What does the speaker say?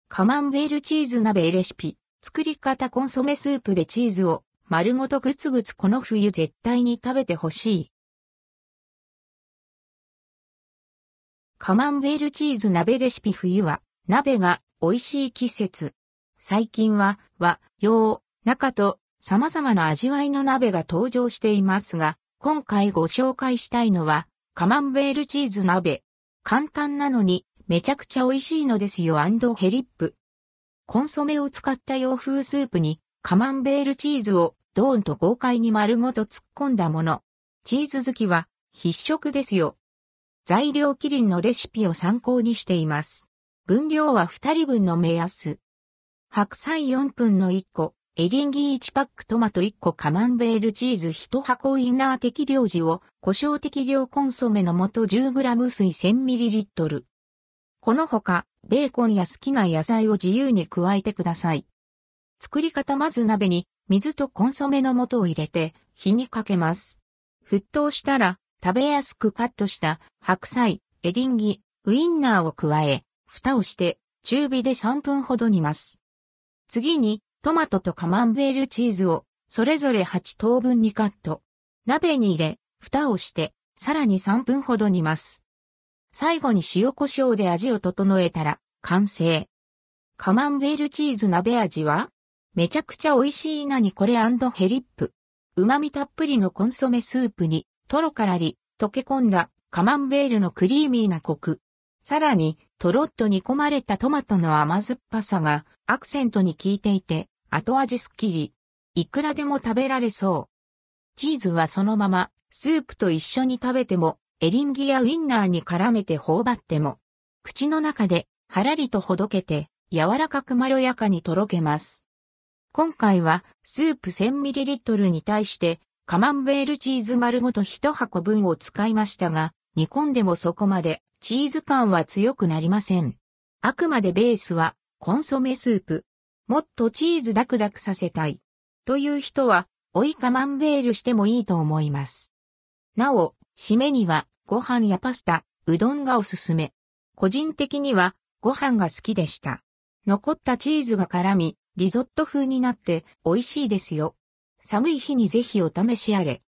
カマンベールチーズ鍋レシピ。作り方コンソメスープでチーズを丸ごとぐつぐつこの冬絶対に食べてほしい。カマンベールチーズ鍋レシピ冬は鍋が美味しい季節。最近は和、洋、中と様々な味わいの鍋が登場していますが、今回ご紹介したいのはカマンベールチーズ鍋。簡単なのにめちゃくちゃ美味しいのですよ&ヘリップ。コンソメを使った洋風スープにカマンベールチーズをドーンと豪快に丸ごと突っ込んだもの。チーズ好きは必食ですよ。材料キリンのレシピを参考にしています。分量は2人分の目安。白菜4分の1個、エリンギ1パックトマト1個カマンベールチーズ1箱ウインナー適量塩、胡椒適量コンソメの素 10g 水 1000ml。このほか、ベーコンや好きな野菜を自由に加えてください。作り方まず鍋に水とコンソメの素を入れて火にかけます。沸騰したら食べやすくカットした白菜、エリンギ、ウインナーを加え、蓋をして中火で3分ほど煮ます。次にトマトとカマンベールチーズをそれぞれ8等分にカット。鍋に入れ、蓋をしてさらに3分ほど煮ます。最後に塩コショウで味を整えたら完成。カマンベールチーズ鍋味はめちゃくちゃ美味しいなにこれ&ヘリップ。旨味たっぷりのコンソメスープにトロからり溶け込んだカマンベールのクリーミーなコク。さらにトロッと煮込まれたトマトの甘酸っぱさがアクセントに効いていて後味すっきり。いくらでも食べられそう。チーズはそのままスープと一緒に食べてもエリンギやウインナーに絡めて頬張っても、口の中ではらりとほどけて、柔らかくまろやかにとろけます。今回はスープ 1000ml に対してカマンベールチーズ丸ごと1箱分を使いましたが、煮込んでもそこまでチーズ感は強くなりません。あくまでベースはコンソメスープ。もっとチーズダクダクさせたい。という人は、追いカマンベールしてもいいと思います。なお、締めにはご飯やパスタ、うどんがおすすめ。個人的にはご飯が好きでした。残ったチーズが絡み、リゾット風になって美味しいですよ。寒い日にぜひお試しあれ。